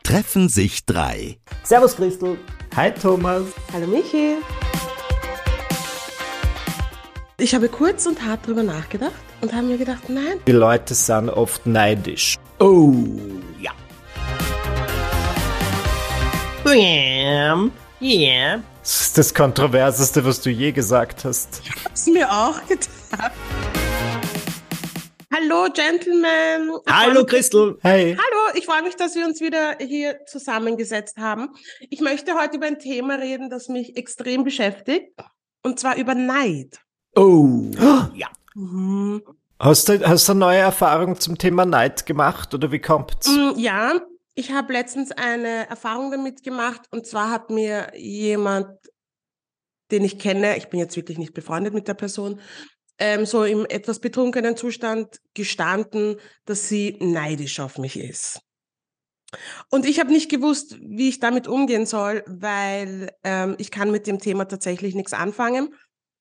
treffen sich drei. Servus Christel. Hi Thomas. Hallo Michi. Ich habe kurz und hart drüber nachgedacht und habe mir gedacht, nein. Die Leute sind oft neidisch. Oh, ja. Yeah. Das ist das Kontroverseste, was du je gesagt hast. Ich habe es mir auch gedacht. Hallo Gentlemen. Hallo Christel. Hey. Hallo, ich freue mich, dass wir uns wieder hier zusammengesetzt haben. Ich möchte heute über ein Thema reden, das mich extrem beschäftigt, und zwar über Neid. Oh, ja. Mhm. Hast du eine neue Erfahrung zum Thema Neid gemacht oder wie kommt's? Ja, ich habe letztens eine Erfahrung damit gemacht, und zwar hat mir jemand, den ich kenne, ich bin jetzt wirklich nicht befreundet mit der Person, so im etwas betrunkenen Zustand gestanden, dass sie neidisch auf mich ist. Und ich habe nicht gewusst, wie ich damit umgehen soll, weil ich kann mit dem Thema tatsächlich nichts anfangen.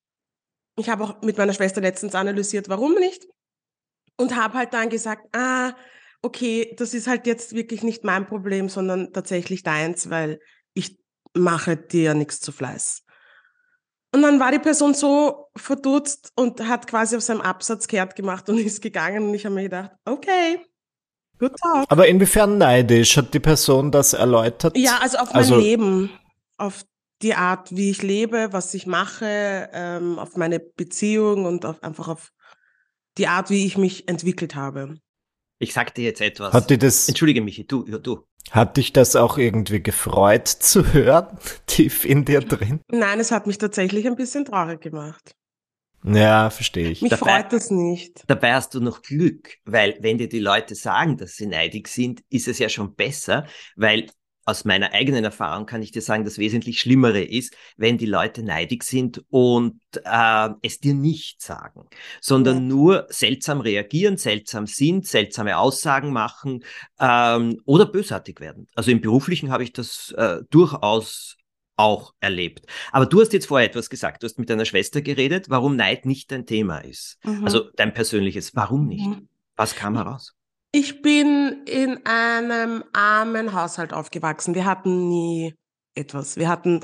Ich habe auch mit meiner Schwester letztens analysiert, warum nicht, und habe halt dann gesagt, okay, das ist halt jetzt wirklich nicht mein Problem, sondern tatsächlich deins, weil ich mache dir nichts zu Fleiß. Und dann war die Person so verdutzt und hat quasi auf seinem Absatz kehrt gemacht und ist gegangen, und ich habe mir gedacht, okay, good talk. Aber inwiefern neidisch? Hat die Person das erläutert? Ja, also auf mein Leben, auf die Art, wie ich lebe, was ich mache, auf meine Beziehung und einfach auf die Art, wie ich mich entwickelt habe. Ich sag dir jetzt etwas. Hat die das? Entschuldige Michi, du. Hat dich das auch irgendwie gefreut zu hören, tief in dir drin? Nein, es hat mich tatsächlich ein bisschen traurig gemacht. Ja, verstehe ich. Mich freut das nicht. Dabei hast du noch Glück, weil wenn dir die Leute sagen, dass sie neidig sind, ist es ja schon besser, weil aus meiner eigenen Erfahrung kann ich dir sagen, das wesentlich Schlimmere ist, wenn die Leute neidig sind und es dir nicht sagen, sondern nur seltsam reagieren, seltsam sind, seltsame Aussagen machen oder bösartig werden. Also im Beruflichen habe ich das durchaus auch erlebt. Aber du hast jetzt vorher etwas gesagt. Du hast mit deiner Schwester geredet, warum Neid nicht dein Thema ist. Mhm. Also dein persönliches, warum nicht? Was kam heraus? Ich bin in einem armen Haushalt aufgewachsen. Wir hatten nie etwas. Wir hatten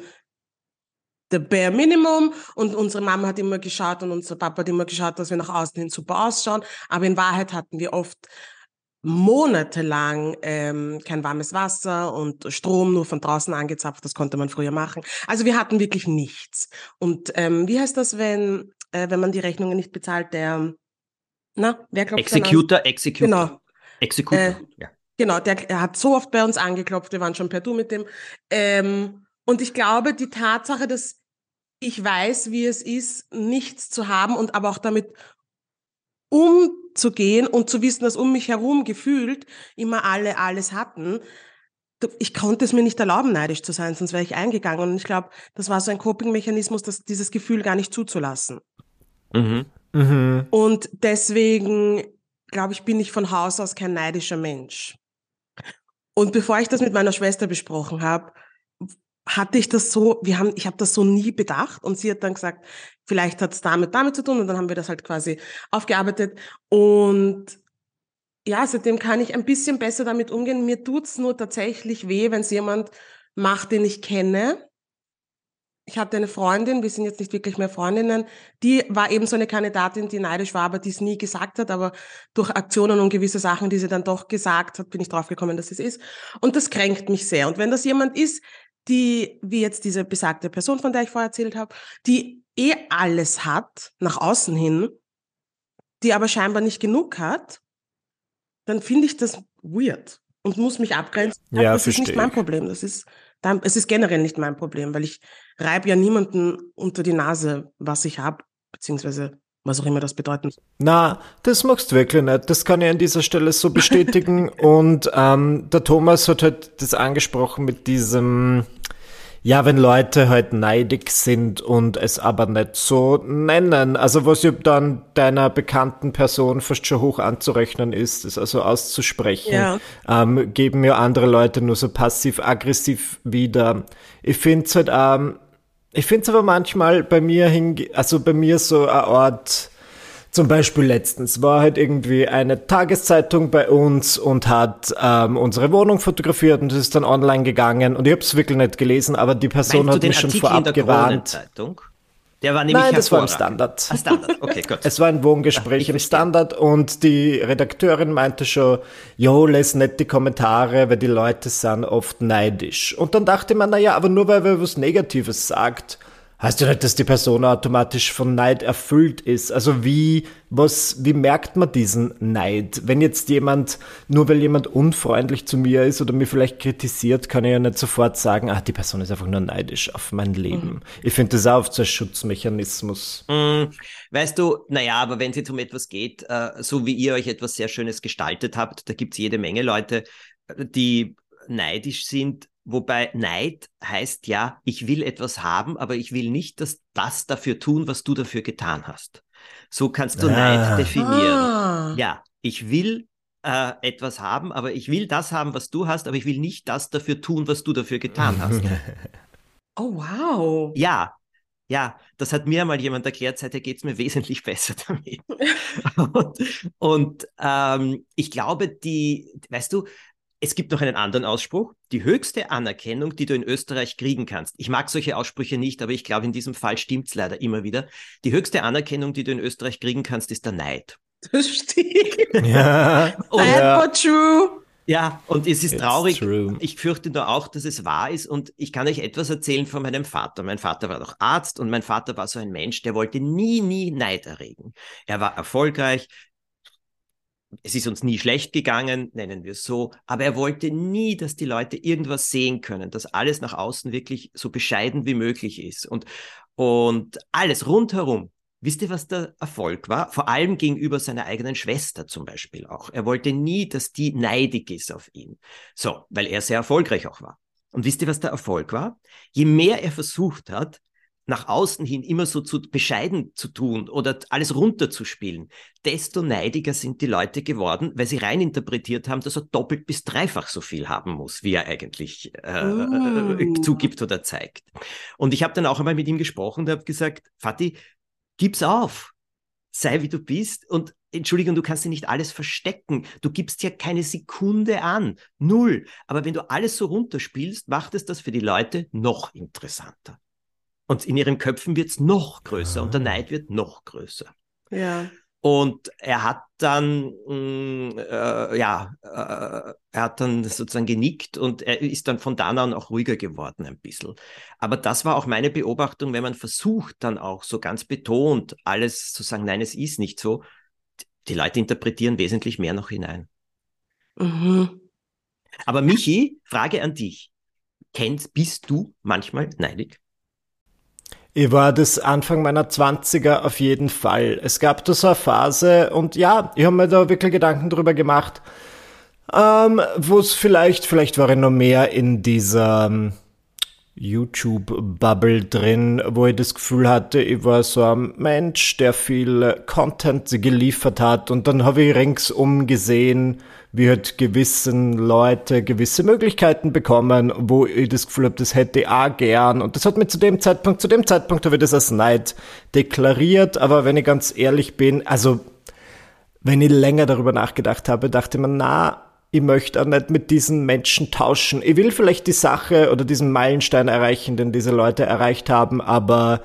the bare minimum, und unsere Mama hat immer geschaut und unser Papa hat immer geschaut, dass wir nach außen hin super ausschauen. Aber in Wahrheit hatten wir oft monatelang kein warmes Wasser und Strom nur von draußen angezapft. Das konnte man früher machen. Also wir hatten wirklich nichts. Und wie heißt das, wenn man die Rechnungen nicht bezahlt? Wer klopft Executor. Genau. Executor, ja. Genau, er hat so oft bei uns angeklopft, wir waren schon per Du mit dem. Und ich glaube, die Tatsache, dass ich weiß, wie es ist, nichts zu haben und aber auch damit umzugehen und zu wissen, dass um mich herum gefühlt immer alle alles hatten, ich konnte es mir nicht erlauben, neidisch zu sein, sonst wäre ich eingegangen. Und ich glaube, das war so ein Coping-Mechanismus, dieses Gefühl gar nicht zuzulassen. Mhm. Mhm. Und deswegen, glaube ich, bin ich von Haus aus kein neidischer Mensch. Und bevor ich das mit meiner Schwester besprochen habe, hatte ich das so, ich habe das so nie bedacht, und sie hat dann gesagt, vielleicht hat es damit zu tun, und dann haben wir das halt quasi aufgearbeitet, und ja, seitdem kann ich ein bisschen besser damit umgehen. Mir tut's nur tatsächlich weh, wenn es jemand macht, den ich kenne. Ich hatte eine Freundin, wir sind jetzt nicht wirklich mehr Freundinnen, die war eben so eine Kandidatin, die neidisch war, aber die es nie gesagt hat, aber durch Aktionen und gewisse Sachen, die sie dann doch gesagt hat, bin ich draufgekommen, dass es ist. Und das kränkt mich sehr. Und wenn das jemand ist, die, wie jetzt diese besagte Person, von der ich vorher erzählt habe, die alles hat, nach außen hin, die aber scheinbar nicht genug hat, dann finde ich das weird und muss mich abgrenzen. Ja, das ist nicht mein Problem. Es ist generell nicht mein Problem, weil ich reibe ja niemanden unter die Nase, was ich habe, beziehungsweise was auch immer das bedeuten soll. Na, das magst du wirklich nicht. Das kann ich an dieser Stelle so bestätigen. Und der Thomas hat halt das angesprochen mit diesem, ja, wenn Leute halt neidig sind und es aber nicht so nennen. Also was ja dann deiner bekannten Person fast schon hoch anzurechnen ist, das also auszusprechen, Ja. Geben ja andere Leute nur so passiv-aggressiv wieder. Ich finde es halt, ich finde es aber manchmal bei mir so eine Art Zum Beispiel letztens war halt irgendwie eine Tageszeitung bei uns und hat unsere Wohnung fotografiert und ist dann online gegangen und ich habe es wirklich nicht gelesen, aber die Person Meinst du hat den mich schon Artikel vorab in der gewarnt. Kronenzeitung? Der war nämlich Nein, das war im hervorragend. Standard. Ah, Standard, okay, gut. Es war ein Wohngespräch Ich im verstehe. Standard und die Redakteurin meinte schon, jo, les nicht die Kommentare, weil die Leute sind oft neidisch. Und dann dachte man, naja, aber nur weil wer was Negatives sagt, heißt ja nicht, dass die Person automatisch von Neid erfüllt ist. Also wie merkt man diesen Neid? Wenn jetzt nur weil jemand unfreundlich zu mir ist oder mich vielleicht kritisiert, kann ich ja nicht sofort sagen, die Person ist einfach nur neidisch auf mein Leben. Ich finde das auch oft so ein Schutzmechanismus. Weißt du, naja, aber wenn es jetzt um etwas geht, so wie ihr euch etwas sehr Schönes gestaltet habt, da gibt es jede Menge Leute, die neidisch sind. Wobei Neid heißt ja, ich will etwas haben, aber ich will nicht das dafür tun, was du dafür getan hast. So kannst du Neid definieren. Ja, ich will etwas haben, aber ich will das haben, was du hast, aber ich will nicht das dafür tun, was du dafür getan hast. Oh, wow. Ja, das hat mir mal jemand erklärt, seither geht es mir wesentlich besser damit. und ich glaube, weißt du, es gibt noch einen anderen Ausspruch. Die höchste Anerkennung, die du in Österreich kriegen kannst. Ich mag solche Aussprüche nicht, aber ich glaube, in diesem Fall stimmt es leider immer wieder. Die höchste Anerkennung, die du in Österreich kriegen kannst, ist der Neid. Das stimmt. Ja. Sad but true. Ja, und es ist It's traurig. true. Ich fürchte nur auch, dass es wahr ist. Und ich kann euch etwas erzählen von meinem Vater. Mein Vater war doch Arzt und mein Vater war so ein Mensch, der wollte nie Neid erregen. Er war erfolgreich. Es ist uns nie schlecht gegangen, nennen wir es so, aber er wollte nie, dass die Leute irgendwas sehen können, dass alles nach außen wirklich so bescheiden wie möglich ist und alles rundherum. Wisst ihr, was der Erfolg war? Vor allem gegenüber seiner eigenen Schwester zum Beispiel auch. Er wollte nie, dass die neidig ist auf ihn. So, weil er sehr erfolgreich auch war. Und wisst ihr, was der Erfolg war? Je mehr er versucht hat, nach außen hin immer so zu bescheiden zu tun oder alles runterzuspielen, desto neidiger sind die Leute geworden, weil sie reininterpretiert haben, dass er doppelt bis dreifach so viel haben muss, wie er eigentlich zugibt oder zeigt. Und ich habe dann auch einmal mit ihm gesprochen und habe gesagt, Vati, gib's auf, sei wie du bist und Entschuldigung, du kannst dir nicht alles verstecken. Du gibst ja keine Sekunde an. Null. Aber wenn du alles so runterspielst, macht es das für die Leute noch interessanter. Und in ihren Köpfen wird es noch größer und der Neid wird noch größer. Ja. Und er hat dann, er hat dann sozusagen genickt und er ist dann von da an auch ruhiger geworden ein bisschen. Aber das war auch meine Beobachtung, wenn man versucht dann auch so ganz betont alles zu sagen, nein, es ist nicht so. Die Leute interpretieren wesentlich mehr noch hinein. Mhm. Aber Michi, Frage an dich. Bist du manchmal neidig? Ich war das Anfang meiner 20er auf jeden Fall. Es gab da so eine Phase und ja, ich habe mir da wirklich Gedanken drüber gemacht, wo es vielleicht war ich noch mehr in dieser YouTube-Bubble drin, wo ich das Gefühl hatte, ich war so ein Mensch, der viel Content geliefert hat und dann habe ich ringsum gesehen, wie halt gewissen Leute gewisse Möglichkeiten bekommen, wo ich das Gefühl habe, das hätte ich auch gern. Und das hat mir zu dem Zeitpunkt habe ich das als Neid deklariert, aber wenn ich ganz ehrlich bin, also wenn ich länger darüber nachgedacht habe, dachte man, ich möchte auch nicht mit diesen Menschen tauschen. Ich will vielleicht die Sache oder diesen Meilenstein erreichen, den diese Leute erreicht haben, aber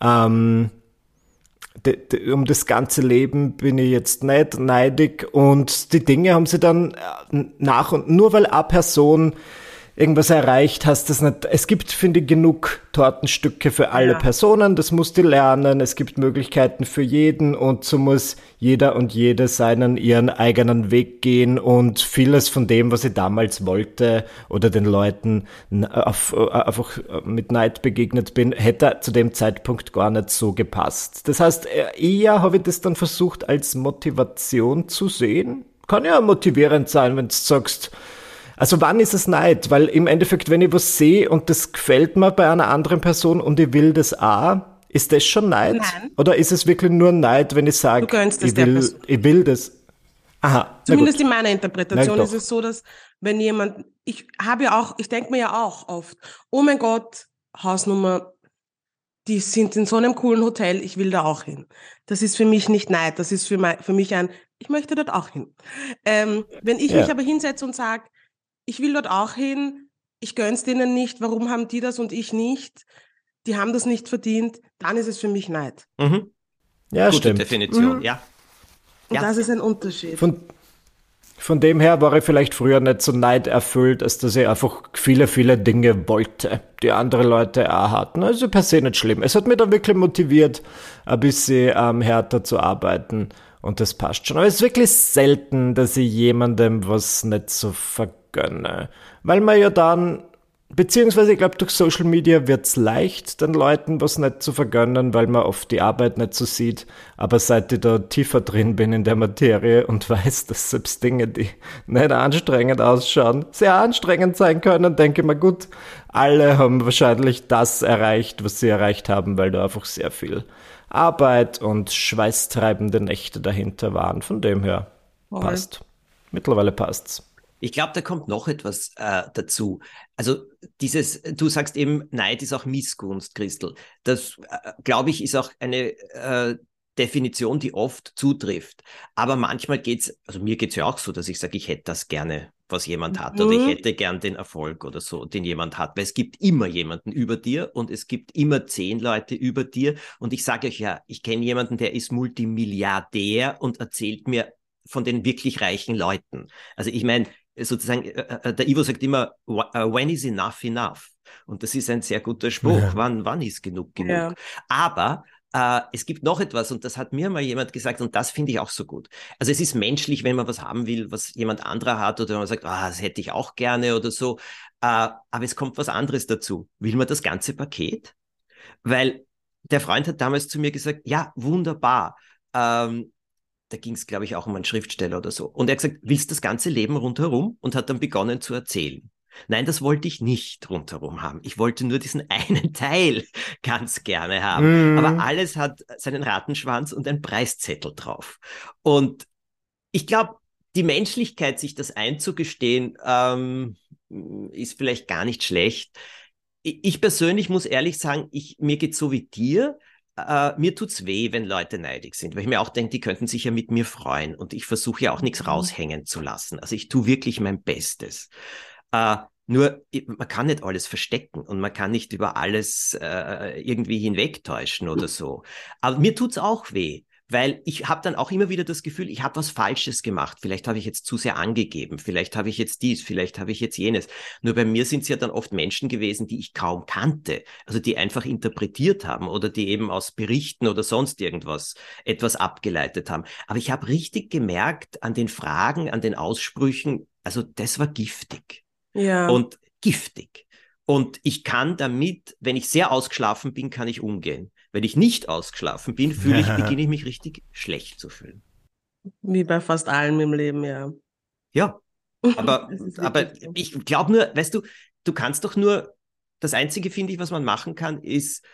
um das ganze Leben bin ich jetzt nicht neidig und die Dinge haben sie dann nur weil eine Person irgendwas erreicht, hast das nicht. Es gibt, finde ich, genug Tortenstücke für alle Personen, das musst du lernen, es gibt Möglichkeiten für jeden und so muss jeder und jede ihren eigenen Weg gehen und vieles von dem, was ich damals wollte oder den Leuten einfach mit Neid begegnet bin, hätte zu dem Zeitpunkt gar nicht so gepasst. Das heißt, eher habe ich das dann versucht als Motivation zu sehen. Kann ja motivierend sein, wenn du sagst, also wann ist es Neid? Weil im Endeffekt, wenn ich was sehe und das gefällt mir bei einer anderen Person und ich will das auch, ist das schon Neid? Nein. Oder ist es wirklich nur Neid, wenn ich sage, ich will das? Aha. Zumindest in meiner Interpretation Nein, ist es so, dass wenn jemand, ich denke mir ja auch oft, oh mein Gott, Hausnummer die sind in so einem coolen Hotel, ich will da auch hin. Das ist für mich nicht Neid, das ist für mich ein, ich möchte dort auch hin. Wenn ich mich aber hinsetze und sage, ich will dort auch hin, ich gönn's denen nicht, warum haben die das und ich nicht? Die haben das nicht verdient, dann ist es für mich Neid. Mhm. Ja, Gute stimmt. Definition, ja. Und das ist ein Unterschied. Von dem her war ich vielleicht früher nicht so neiderfüllt, als dass ich einfach viele, viele Dinge wollte, die andere Leute auch hatten. Also per se nicht schlimm. Es hat mich dann wirklich motiviert, ein bisschen härter zu arbeiten. Und das passt schon. Aber es ist wirklich selten, dass ich jemandem was nicht so vergönne. Weil man ja dann, beziehungsweise ich glaube, durch Social Media wird's leicht, den Leuten was nicht zu vergönnen, weil man oft die Arbeit nicht so sieht. Aber seit ich da tiefer drin bin in der Materie und weiß, dass selbst Dinge, die nicht anstrengend ausschauen, sehr anstrengend sein können, denke ich mir, gut, alle haben wahrscheinlich das erreicht, was sie erreicht haben, weil da einfach sehr viel Arbeit und schweißtreibende Nächte dahinter waren. Von dem her passt. Mittlerweile passt's. Ich glaube, da kommt noch etwas dazu. Also du sagst eben, Neid ist auch Missgunst, Christel. Das, glaube ich, ist auch eine Definition, die oft zutrifft. Aber manchmal geht's, also mir geht's ja auch so, dass ich sage, ich hätte das gerne, was jemand hat, oder ich hätte gern den Erfolg oder so, den jemand hat. Weil es gibt immer jemanden über dir und es gibt immer 10 Leute über dir. Und ich sage euch ja, ich kenne jemanden, der ist Multimilliardär und erzählt mir von den wirklich reichen Leuten. Also ich meine, sozusagen, der Ivo sagt immer, when is enough enough? Und das ist ein sehr guter Spruch. Ja. Wann ist genug genug? Ja. Aber es gibt noch etwas, und das hat mir mal jemand gesagt, und das finde ich auch so gut. Also es ist menschlich, wenn man was haben will, was jemand anderer hat, oder wenn man sagt, das hätte ich auch gerne oder so. Aber es kommt was anderes dazu. Will man das ganze Paket? Weil der Freund hat damals zu mir gesagt, ja, wunderbar. Da ging es, glaube ich, auch um einen Schriftsteller oder so. Und er hat gesagt, willst du das ganze Leben rundherum? Und hat dann begonnen zu erzählen. Nein, das wollte ich nicht rundherum haben. Ich wollte nur diesen einen Teil ganz gerne haben. Aber alles hat seinen Rattenschwanz und einen Preiszettel drauf. Und ich glaube, die Menschlichkeit, sich das einzugestehen, ist vielleicht gar nicht schlecht. Ich persönlich muss ehrlich sagen, mir geht's so wie dir. Mir tut's weh, wenn Leute neidig sind, weil ich mir auch denke, die könnten sich ja mit mir freuen und ich versuche ja auch nichts raushängen zu lassen. Also ich tue wirklich mein Bestes. Nur, man kann nicht alles verstecken und man kann nicht über alles irgendwie hinwegtäuschen oder so. Aber mir tut's auch weh, weil ich habe dann auch immer wieder das Gefühl, ich habe was Falsches gemacht. Vielleicht habe ich jetzt zu sehr angegeben, vielleicht habe ich jetzt dies, vielleicht habe ich jetzt jenes. Nur bei mir sind es ja dann oft Menschen gewesen, die ich kaum kannte, also die einfach interpretiert haben oder die eben aus Berichten oder sonst etwas abgeleitet haben. Aber ich habe richtig gemerkt an den Fragen, an den Aussprüchen, also das war giftig. Ja. Und giftig. Und ich kann damit, wenn ich sehr ausgeschlafen bin, kann ich umgehen. Wenn ich nicht ausgeschlafen bin, beginne ich mich richtig schlecht zu fühlen. Wie bei fast allem im Leben, ja. Ja, aber ich glaube nur, weißt du, du kannst doch nur, das Einzige, finde ich, was man machen kann, ist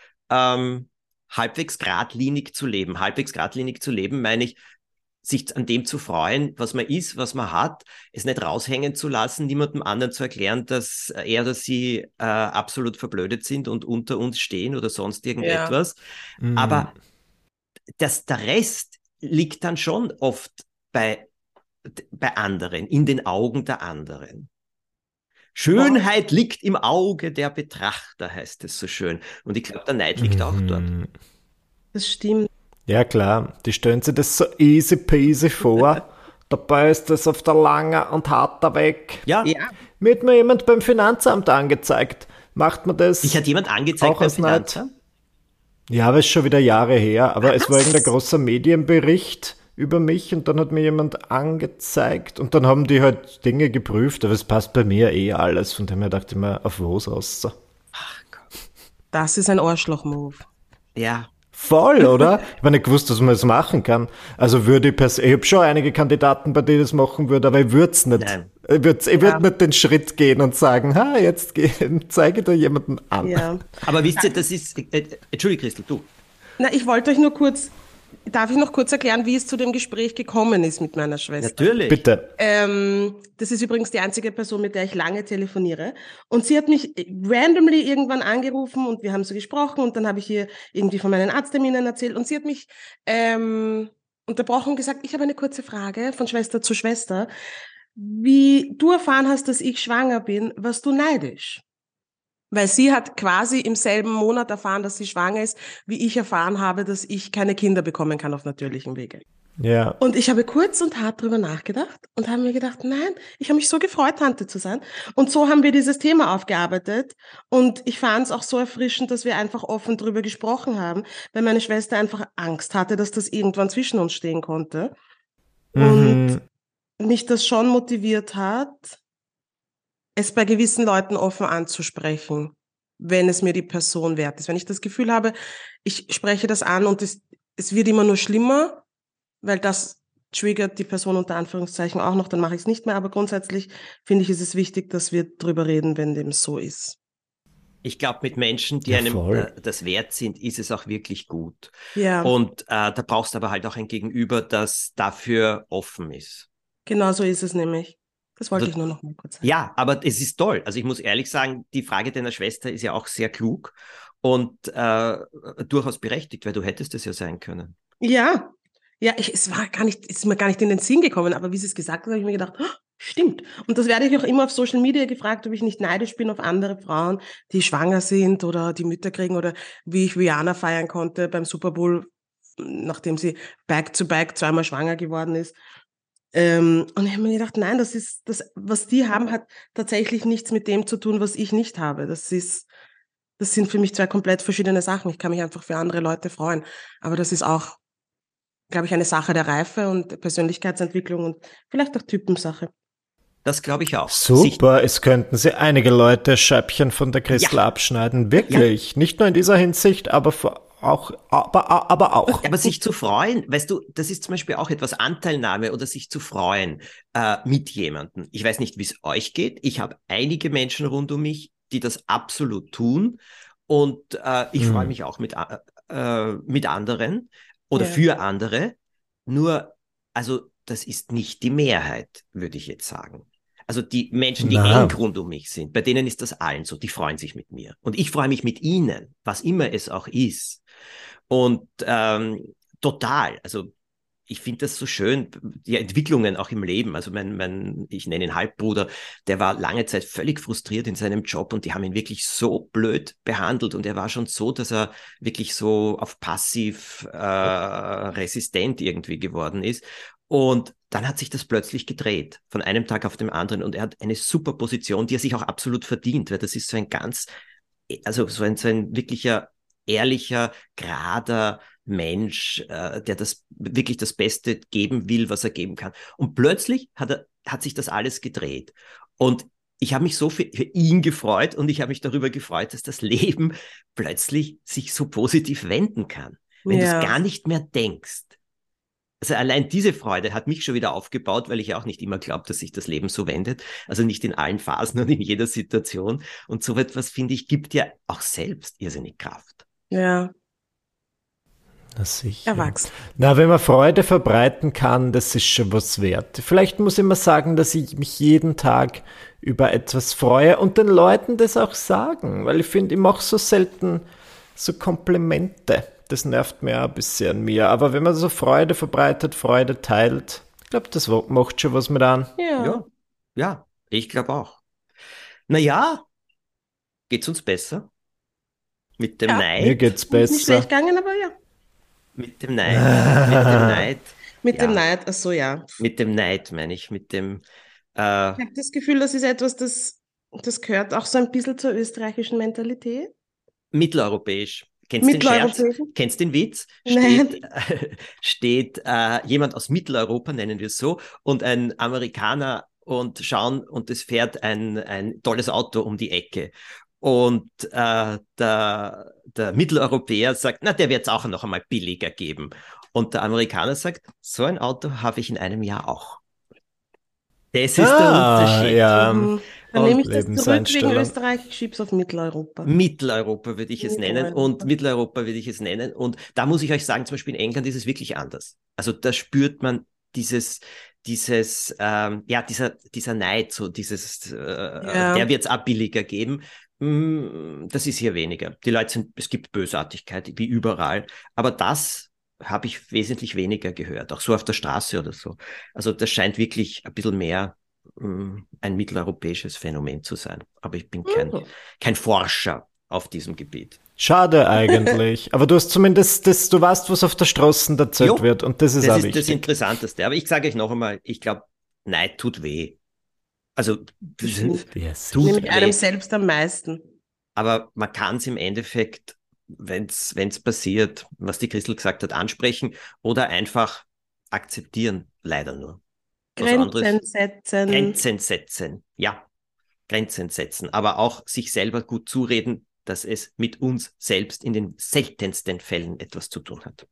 halbwegs geradlinig zu leben. Halbwegs geradlinig zu leben, meine ich, sich an dem zu freuen, was man ist, was man hat, es nicht raushängen zu lassen, niemandem anderen zu erklären, dass er oder sie absolut verblödet sind und unter uns stehen oder sonst irgendetwas. Ja. Aber der Rest liegt dann schon oft bei anderen, in den Augen der anderen. Schönheit liegt im Auge der Betrachter, heißt es so schön. Und ich glaube, der Neid liegt auch dort. Das stimmt. Ja klar, die stellen sich das so easy peasy vor. Dabei ist das auf der langen und harten Weg. Ja. Mir hat mir jemand beim Finanzamt angezeigt. Macht man das? Dich hat jemand angezeigt beim Finanzamt? Ja, aber es ist schon wieder Jahre her. Aber es war irgendein großer Medienbericht über mich und dann hat mir jemand angezeigt und dann haben die halt Dinge geprüft, aber es passt bei mir alles. Von dem her dachte ich mir, auf was raus? Ach Gott. Das ist ein Arschloch-Move. Ja. Voll, oder? Ich habe nicht gewusst, dass man das machen kann. Also würde ich habe schon einige Kandidaten, bei denen ich das machen würde, aber ich würde es nicht. Nein. Ich würde nicht den Schritt gehen und sagen, jetzt zeige ich da jemanden an. Ja. Aber wisst ihr, das ist, Entschuldige Christel, du. Na, ich wollte euch nur kurz Darf ich noch kurz erklären, wie es zu dem Gespräch gekommen ist mit meiner Schwester? Natürlich. Bitte. Das ist übrigens die einzige Person, mit der ich lange telefoniere. Und sie hat mich randomly irgendwann angerufen und wir haben so gesprochen und dann habe ich ihr irgendwie von meinen Arztterminen erzählt und sie hat mich unterbrochen und gesagt, ich habe eine kurze Frage von Schwester zu Schwester. Wie du erfahren hast, dass ich schwanger bin, warst du neidisch? Weil sie hat quasi im selben Monat erfahren, dass sie schwanger ist, wie ich erfahren habe, dass ich keine Kinder bekommen kann auf natürlichem Wege. Ja. Und ich habe kurz und hart drüber nachgedacht und habe mir gedacht, nein, ich habe mich so gefreut, Tante zu sein. Und so haben wir dieses Thema aufgearbeitet. Und ich fand es auch so erfrischend, dass wir einfach offen drüber gesprochen haben, weil meine Schwester einfach Angst hatte, dass das irgendwann zwischen uns stehen konnte. Und mich das schon motiviert hat, es bei gewissen Leuten offen anzusprechen, wenn es mir die Person wert ist. Wenn ich das Gefühl habe, ich spreche das an und es wird immer nur schlimmer, weil das triggert die Person unter Anführungszeichen auch noch, dann mache ich es nicht mehr. Aber grundsätzlich finde ich, ist es wichtig, dass wir drüber reden, wenn dem so ist. Ich glaube, mit Menschen, die Ja, einem voll. das wert sind, ist es auch wirklich gut. Ja, Und da brauchst du aber halt auch ein Gegenüber, das dafür offen ist. genau so ist es nämlich. Das wollte Also, ich nur noch mal kurz sagen. ja, aber es ist toll. Also ich muss ehrlich sagen, die Frage deiner Schwester ist ja auch sehr klug und durchaus berechtigt, weil du hättest es ja sein können. Ja, ja, es war gar nicht, ist mir gar nicht in den Sinn gekommen, aber wie sie es gesagt hat, habe ich mir gedacht, "Oh, stimmt." Und das werde ich auch immer auf Social Media gefragt, ob ich nicht neidisch bin auf andere Frauen, die schwanger sind oder die Mütter kriegen oder wie ich Rihanna feiern konnte beim Super Bowl, nachdem sie back-to-back zweimal schwanger geworden ist. Und ich habe mir gedacht, nein, das, was die haben, hat tatsächlich nichts mit dem zu tun, was ich nicht habe. Das sind für mich zwei komplett verschiedene Sachen. Ich kann mich einfach für andere Leute freuen. Aber das ist auch, glaube ich, eine Sache der Reife und Persönlichkeitsentwicklung und vielleicht auch Typensache. Das glaube ich auch. Super, es könnten sie einige Leute Scheibchen von der Christel abschneiden. Wirklich. Nicht nur in dieser Hinsicht, aber auch. Aber sich zu freuen, weißt du, das ist zum Beispiel auch etwas Anteilnahme oder sich zu freuen mit jemandem. Ich weiß nicht, wie es euch geht. Ich habe einige Menschen rund um mich, die das absolut tun. Und ich freue mich auch mit anderen oder Ja. für andere. Nur, also das ist nicht die Mehrheit, würde ich jetzt sagen. Also die Menschen, die eng rund um mich sind, bei denen ist das allen so, die freuen sich mit mir. Und ich freue mich mit ihnen, was immer es auch ist. Und total, also ich finde das so schön, die Entwicklungen auch im Leben. Also ich nenne ihn Halbbruder, der war lange Zeit völlig frustriert in seinem Job und die haben ihn wirklich so blöd behandelt und er war schon so, dass er wirklich so auf passiv resistent irgendwie geworden ist. Und dann hat sich das plötzlich gedreht, von einem Tag auf den anderen und er hat eine super Position, die er sich auch absolut verdient, weil das ist so ein so ein wirklicher ehrlicher, gerader Mensch, der das wirklich das Beste geben will, was er geben kann. Und plötzlich hat sich das alles gedreht. Und ich habe mich so für ihn gefreut und ich habe mich darüber gefreut, dass das Leben plötzlich sich so positiv wenden kann, wenn du es gar nicht mehr denkst. Also allein diese Freude hat mich schon wieder aufgebaut, weil ich ja auch nicht immer glaube, dass sich das Leben so wendet. Also nicht in allen Phasen und in jeder Situation. Und so etwas, finde ich, gibt ja auch selbst irrsinnig Kraft. Ja, Na sicher. erwachsen. Na, wenn man Freude verbreiten kann, das ist schon was wert. Vielleicht muss ich mal sagen, dass ich mich jeden Tag über etwas freue und den Leuten das auch sagen, weil ich finde, ich mache so selten so Komplimente. Das nervt mir ein bisschen an mir. Aber wenn man so Freude verbreitet, Freude teilt, ich glaube, das macht schon was mit an. Ja, ich glaube auch. Naja, geht's uns besser? Mit dem Neid? Mir geht's Ist nicht besser. schlecht gegangen, aber ja. Mit dem Neid. Mit dem Neid. Mit dem Neid, ach so, ja. Mit dem Neid, meine ich. Mit dem Ich habe das Gefühl, das ist etwas, das gehört auch so ein bisschen zur österreichischen Mentalität. mitteleuropäisch. Kennst du den Scherz? Kennst du den Witz? Nein. Steht jemand aus Mitteleuropa, nennen wir es so, und ein Amerikaner und schauen und es fährt ein tolles Auto um die Ecke. Und der Mitteleuropäer sagt, na, der wird es auch noch einmal billiger geben. Und der Amerikaner sagt, so ein Auto habe ich in einem Jahr auch. Das ist der Unterschied. Ja. Dann nehme ich das zurück wegen Lebenseinstellung. Österreich, ich schieb's auf Mitteleuropa. Mitteleuropa würde ich es nennen Mitteleuropa. und Mitteleuropa würde ich es nennen. Und da muss ich euch sagen, zum Beispiel in England ist es wirklich anders. Also da spürt man dieser Neid, so der wird es auch billiger geben. Das ist hier weniger. Die Leute es gibt Bösartigkeit, wie überall. Aber das habe ich wesentlich weniger gehört, auch so auf der Straße oder so. Also das scheint wirklich ein bisschen mehr ein mitteleuropäisches Phänomen zu sein. Aber ich bin kein Forscher auf diesem Gebiet. Schade eigentlich. Aber du hast zumindest du weißt, was auf der Straße erzählt wird. Und das ist auch wichtig. Das ist das Interessanteste. Aber ich sage euch noch einmal, ich glaube, Neid tut weh. Also tut Nämlich einem selbst am meisten. Aber man kann es im Endeffekt, wenn es passiert, was die Christel gesagt hat, ansprechen oder einfach akzeptieren, leider nur. Grenzen setzen. Grenzen setzen, ja. Grenzen setzen, aber auch sich selber gut zureden, dass es mit uns selbst in den seltensten Fällen etwas zu tun hat.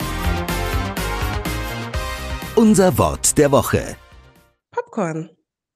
Unser Wort der Woche. Popcorn.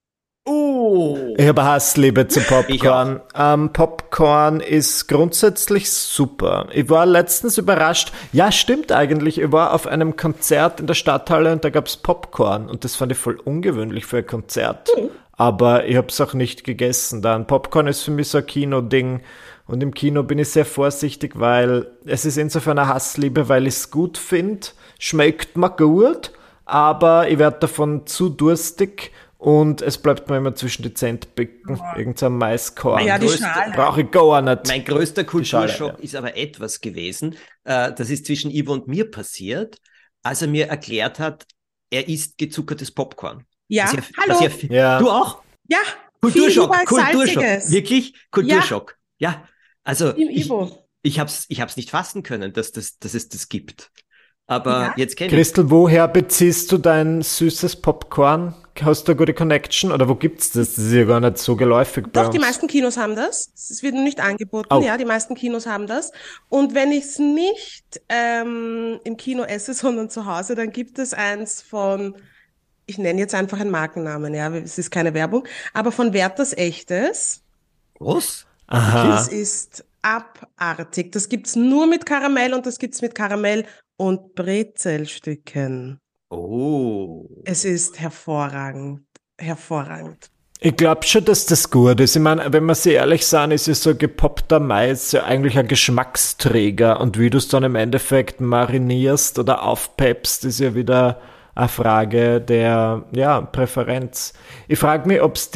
Ich habe Hassliebe zu Popcorn. Popcorn ist grundsätzlich super. Ich war letztens überrascht. Ja, stimmt eigentlich. Ich war auf einem Konzert in der Stadthalle und da gab es Popcorn. Und das fand ich voll ungewöhnlich für ein Konzert. Aber ich habe es auch nicht gegessen dann. Popcorn ist für mich so ein Kino-Ding. Und im Kino bin ich sehr vorsichtig, weil es ist insofern eine Hassliebe, weil ich es gut finde. Schmeckt mir gut, aber ich werde davon zu durstig. Und es bleibt mir immer zwischen die Zähne picken. Irgend so ein Maiskorn. Ja, die Schale. Brauche ich gar nicht. Mein größter Kulturschock ist aber etwas gewesen. Das ist zwischen Ivo und mir passiert, als er mir erklärt hat, er isst gezuckertes Popcorn. Ja, hallo. Du auch? Ja. Kulturschock. Wirklich? Kulturschock. Ja. Also ich hab's nicht fassen können, dass es das gibt. Aber jetzt kenne ich. Christel, woher beziehst du dein süßes Popcorn? Hast du eine gute Connection? Oder wo gibt's das? Das ist ja gar nicht so geläufig bei uns. Doch, die meisten Kinos haben das. Es wird nicht angeboten. Ja, die meisten Kinos haben das. Und wenn ich es nicht im Kino esse, sondern zu Hause, dann gibt es eins von, ich nenne jetzt einfach einen Markennamen, ja, es ist keine Werbung, aber von Werthers Echtes. Was? Aha. Das ist abartig. Das gibt's nur mit Karamell und das gibt's mit Karamell und Brezelstücken. Oh. Es ist hervorragend. Hervorragend. Ich glaube schon, dass das gut ist. Ich meine, wenn wir sie ehrlich sagen, ist ja so gepoppter Mais ja eigentlich ein Geschmacksträger. Und wie du es dann im Endeffekt marinierst oder aufpeppst, ist ja wieder eine Frage der Präferenz. Ich frage mich, ob es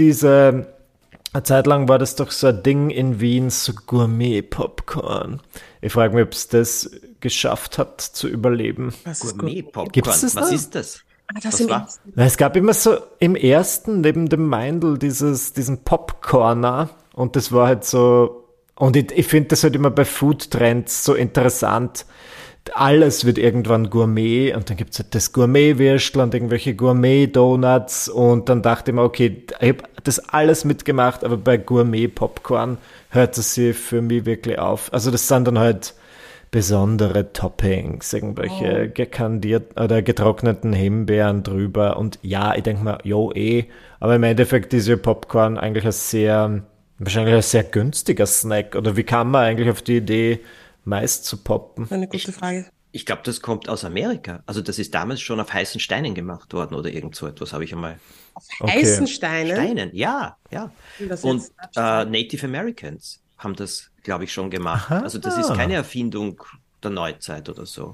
eine Zeit lang war das doch so ein Ding in Wien, so Gourmet-Popcorn. Ich frage mich, ob es das geschafft hat zu überleben. Gourmet-Popcorn? Gibt's das Was ist das? Das war? Es gab immer so im ersten, neben dem Meindl, diesen Popcorner. Und das war halt so, und ich finde das halt immer bei Food-Trends so interessant. Alles wird irgendwann Gourmet und dann gibt's halt das Gourmet-Würstel und irgendwelche Gourmet-Donuts und dann dachte ich mir, okay, ich habe das alles mitgemacht, aber bei Gourmet-Popcorn hört es sich für mich wirklich auf. Also das sind dann halt besondere Toppings, irgendwelche gekandierten oder getrockneten Himbeeren drüber und ja, ich denke mir, aber im Endeffekt ist ja Popcorn eigentlich wahrscheinlich ein sehr günstiger Snack oder wie kann man eigentlich auf die Idee Mais zu poppen? Eine gute Frage. Ich glaube, das kommt aus Amerika. Also das ist damals schon auf heißen Steinen gemacht worden oder irgend so etwas, habe ich einmal. Auf heißen Steinen? Steinen, ja. Und Native Americans haben das, glaube ich, schon gemacht. Aha. Also das ist keine Erfindung der Neuzeit oder so.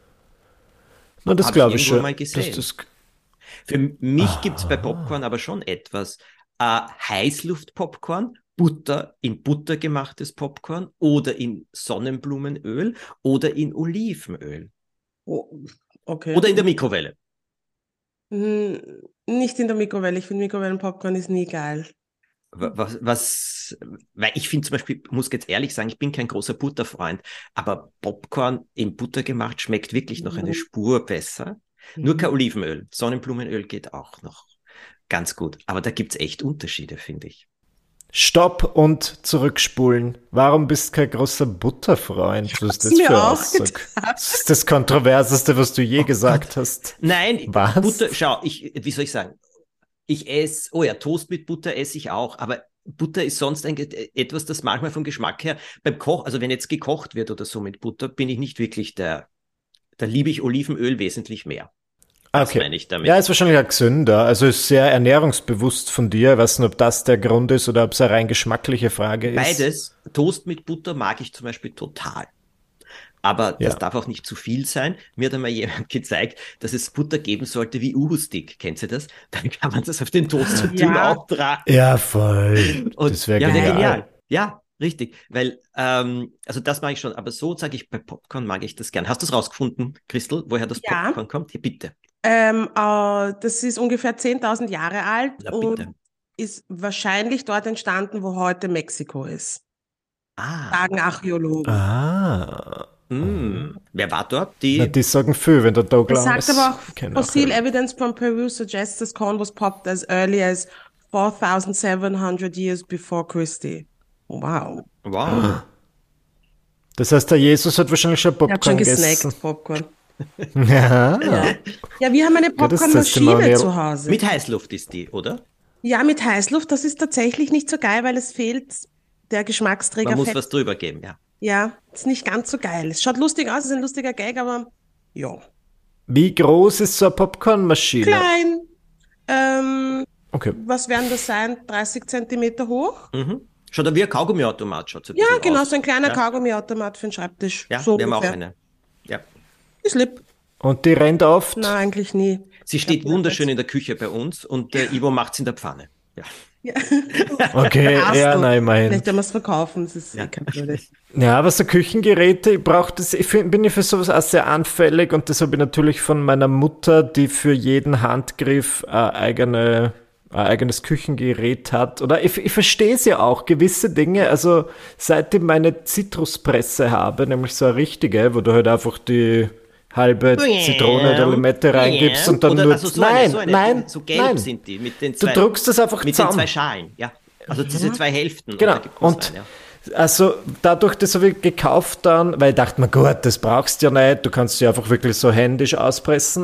Na, das glaube ich schon. Mal gesehen. Für mich gibt es bei Popcorn aber schon etwas. Heißluft-Popcorn, in Butter gemachtes Popcorn oder in Sonnenblumenöl oder in Olivenöl. Oh, okay. Oder in der Mikrowelle. Nicht in der Mikrowelle. Ich finde Mikrowellenpopcorn ist nie geil. Weil ich finde zum Beispiel, muss jetzt ehrlich sagen, ich bin kein großer Butterfreund, aber Popcorn in Butter gemacht schmeckt wirklich noch eine Spur besser. Nur kein Olivenöl. Sonnenblumenöl geht auch noch ganz gut. Aber da gibt es echt Unterschiede, finde ich. Stopp und zurückspulen. Warum bist du kein großer Butterfreund? Was ist das für Aussage? Das ist das Kontroverseste, was du je gesagt hast. Nein, was? Butter, schau, wie soll ich sagen? Ich esse, oh ja, Toast mit Butter esse ich auch, aber Butter ist sonst etwas, das manchmal vom Geschmack her beim Koch, also wenn jetzt gekocht wird oder so mit Butter, bin ich nicht wirklich da liebe ich Olivenöl wesentlich mehr. Das Okay. meine ich damit. Ja, ist wahrscheinlich auch gesünder. Also ist sehr ernährungsbewusst von dir. Ich weiß nicht, ob das der Grund ist oder ob es eine rein geschmackliche Frage ist. Beides, Toast mit Butter mag ich zum Beispiel total. Aber das Ja. darf auch nicht zu viel sein. Mir hat einmal jemand gezeigt, dass es Butter geben sollte wie Uhu-Stick. Kennt ihr das? Dann kann man das auf den Toast so dünn Ja. auftragen. Ja, voll. Und Das wäre ja, genial. Ja, richtig. Weil, also das mag ich schon. Aber so sage ich, bei Popcorn mag ich das gern. Hast du es rausgefunden, Christel, woher das Ja. Popcorn kommt? Ja, bitte. Das ist ungefähr 10.000 Jahre alt Na, bitte. und ist wahrscheinlich dort entstanden, wo heute Mexiko ist. Ah, Sagen Archäologen. wer war dort? Na, die sagen viel, wenn der Es Douglas sagt aber auch, Keine fossil Ahnung. evidence from Peru suggests this corn was popped as early as 4,700 years before Christi. Wow. Wow. Das heißt, der Jesus hat wahrscheinlich schon Ich habe Popcorn schon gegessen. gesnackt, Popcorn. Ja. Ja, wir haben eine das Popcornmaschine Testimonial. zu Hause. Mit Heißluft ist die, oder? Ja, mit Heißluft, das ist tatsächlich nicht so geil, weil es fehlt der Geschmacksträger Man muss Fett. was drüber geben, ja. Ja, ist nicht ganz so geil. Es schaut lustig aus, ist ein lustiger Gag, aber ja. Wie groß ist so eine Popcornmaschine? Klein. Okay. Was werden das sein? 30 Zentimeter hoch? Schaut da wie ein Kaugummiautomat, schaut so ein Ja, bisschen genau, aus. so ein kleiner Ja. Kaugummiautomat für den Schreibtisch. Ja, so wir haben auch ungefähr. eine. Ja. Ist lieb. Und die rennt oft? Nein, eigentlich nie. Sie steht wunderschön in der Küche bei uns und der Ivo macht's in der Pfanne. Ja. Ja. Okay, ja, Ach, nein, immerhin. Vielleicht werden wir es verkaufen, das ist eh kein Problem. Ja, aber so Küchengeräte, bin ich für sowas auch sehr anfällig und das habe ich natürlich von meiner Mutter, die für jeden Handgriff ein eigenes Küchengerät hat. Oder ich verstehe es ja auch, gewisse Dinge, also seit ich meine Zitruspresse habe, nämlich so eine richtige, wo du halt einfach die halbe Zitrone oder Limette reingibst und dann Oder, nur... also so nein, eine, nein, so gelb nein. sind die mit den Du zwei, druckst das einfach mit den zusammen. zwei Schalen, ja. Also diese zwei Hälften. und Genau. da gibt man's Und rein, ja. also dadurch, das habe ich gekauft dann, weil ich dachte mir, gut, das brauchst du ja nicht, du kannst sie einfach wirklich so händisch auspressen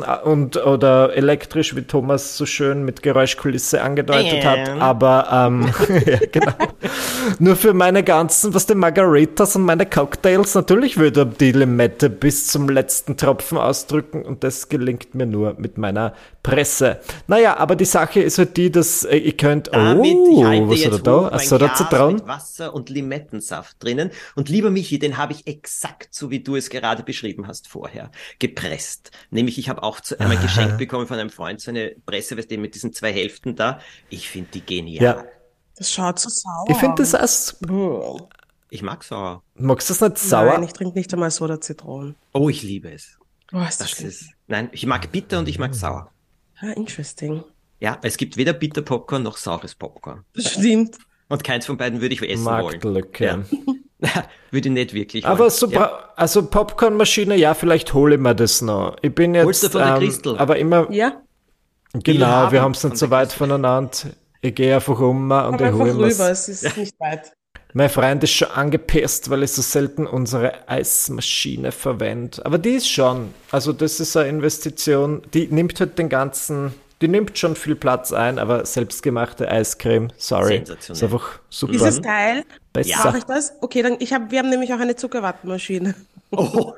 oder elektrisch, wie Thomas so schön mit Geräuschkulisse angedeutet hat, aber ja, genau. Nur für meine ganzen, was die Margaritas und meine Cocktails, natürlich würde die Limette bis zum letzten Tropfen ausdrücken und das gelingt mir nur mit meiner Presse. Naja, aber die Sache ist halt die, dass ihr könnt, Ich halte was jetzt hat er hoch da? mein Achso, da Glas Zitronen? mit Wasser und Limettensaft drinnen. Und lieber Michi, den habe ich exakt so, wie du es gerade beschrieben hast vorher, gepresst. Nämlich, ich habe auch einmal geschenkt bekommen von einem Freund so eine Presse, weißt du, mit diesen zwei Hälften da. Ich finde die genial. Ja. Das schaut so sauer Ich finde das aus. auch, Ich mag sauer. magst du das nicht sauer? Nein, ich trinke nicht einmal Soda Zitronen. Oh, ich liebe es. Oh, ist das Das schlimm. ist, nein, ich mag bitter und ich mag sauer. Ah, interesting. Ja, es gibt weder bitter Popcorn noch saures Popcorn. Das stimmt. Und keins von beiden würde ich essen wollen. Marktlücke. Ja. Würde ich nicht wirklich Aber wollen. so, Ja. also Popcornmaschine, ja, vielleicht hole ich mir das noch. Ich bin jetzt, Holst du von der Christel? aber immer, Ja, genau, haben wir haben es von nicht so der weit Christel. voneinander. Ich gehe einfach um und komm ich einfach hole rüber, mir. es ist nicht weit. Mein Freund ist schon angepisst, weil ich so selten unsere Eismaschine verwende. Aber die ist schon, also das ist eine Investition, die nimmt halt die nimmt schon viel Platz ein, aber selbstgemachte Eiscreme, sorry, Sensationell. ist einfach super. Ist es geil? Besser. Mache ich das? Okay, dann wir haben nämlich auch eine Zuckerwattenmaschine. Oh,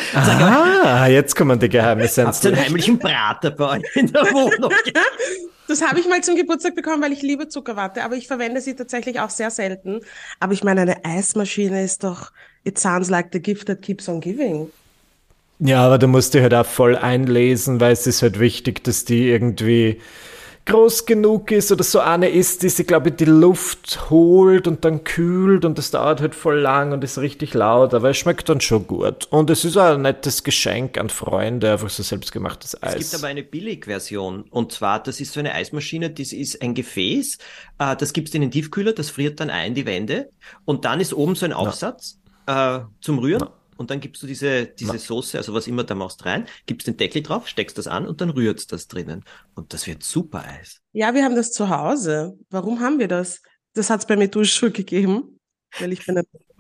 Jetzt kommen die Geheimnisse habt ihr einen heimlichen Brater bei euch in der Wohnung? Das habe ich mal zum Geburtstag bekommen, weil ich liebe Zuckerwatte, aber ich verwende sie tatsächlich auch sehr selten. Aber ich meine, eine Eismaschine ist doch, it sounds like the gift that keeps on giving. Ja, aber du musst dich halt auch voll einlesen, weil es ist halt wichtig, dass die irgendwie groß genug ist oder so eine ist, die sie, glaube ich, die Luft holt und dann kühlt und das dauert halt voll lang und ist richtig laut, aber es schmeckt dann schon gut. Und es ist auch ein nettes Geschenk an Freunde, einfach so selbstgemachtes Eis. Es gibt aber eine Billigversion. Und zwar, das ist so eine Eismaschine, das ist ein Gefäß. Das gibst in den Tiefkühler, das friert dann ein, die Wände. Und dann ist oben so ein Aufsatz zum Rühren. Und dann gibst du diese Soße, also was immer da machst, rein, gibst den Deckel drauf, steckst das an und dann rührt's das drinnen. Und das wird super Eis. Ja, wir haben das zu Hause. Warum haben wir das? Das hat es bei mir schon gegeben, weil ich bin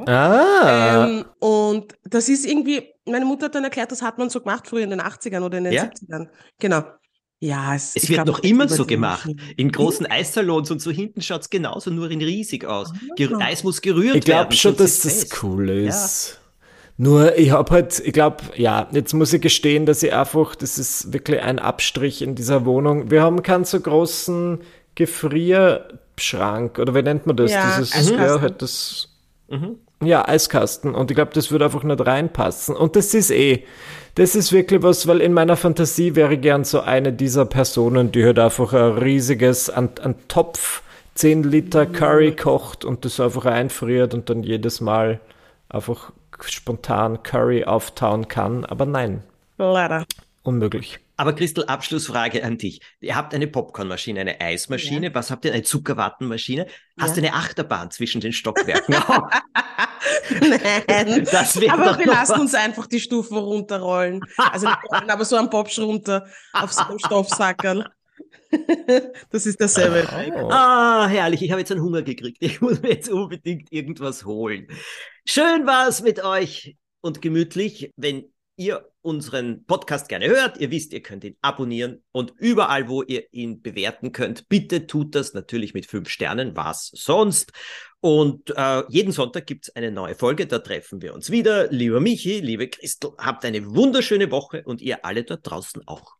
und das ist irgendwie, meine Mutter hat dann erklärt, das hat man so gemacht früher in den 80ern oder in den Ja? 70ern. Genau. Ja, Es ich wird glaub, noch das immer ist so gemacht. übertrieben. In großen Eissalons und so hinten schaut es genauso, nur in riesig aus. Ah. Eis muss gerührt Ich glaube werden, schon, sonst dass ist das fest. cool Ja. ist. Nur, ich habe halt, ich glaube, ja, jetzt muss ich gestehen, dass ich einfach, das ist wirklich ein Abstrich in dieser Wohnung. Wir haben keinen so großen Gefrierschrank, oder wie nennt man das? Ja, Dieses, Eiskasten. ja, halt das, Mhm. ja, Eiskasten. Und ich glaube, das würde einfach nicht reinpassen. Und das ist wirklich was, weil in meiner Fantasie wäre ich gern so eine dieser Personen, die halt einfach ein riesiges, an Topf 10 Liter Curry kocht und das einfach einfriert und dann jedes Mal einfach spontan Curry auftauen kann. Aber nein, Leider. unmöglich. Aber Christel, Abschlussfrage an dich. Ihr habt eine Popcornmaschine, eine Eismaschine. Was habt ihr? Eine Zuckerwattenmaschine? Hast du eine Achterbahn zwischen den Stockwerken? Oh, Nein, das wäre aber doch wir noch lassen was. uns einfach die Stufen runterrollen. Also nicht rollen, aber so am Popsch runter auf so einem Stoffsackerl. Das ist derselbe Effekt. Oh. Ah, herrlich. Ich habe jetzt einen Hunger gekriegt. Ich muss mir jetzt unbedingt irgendwas holen. Schön war es mit euch und gemütlich. Wenn ihr unseren Podcast gerne hört, ihr wisst, ihr könnt ihn abonnieren und überall, wo ihr ihn bewerten könnt, bitte tut das natürlich mit 5 Sternen, was sonst. Und jeden Sonntag gibt es eine neue Folge, da treffen wir uns wieder. Lieber Michi, liebe Christel, habt eine wunderschöne Woche und ihr alle dort draußen auch.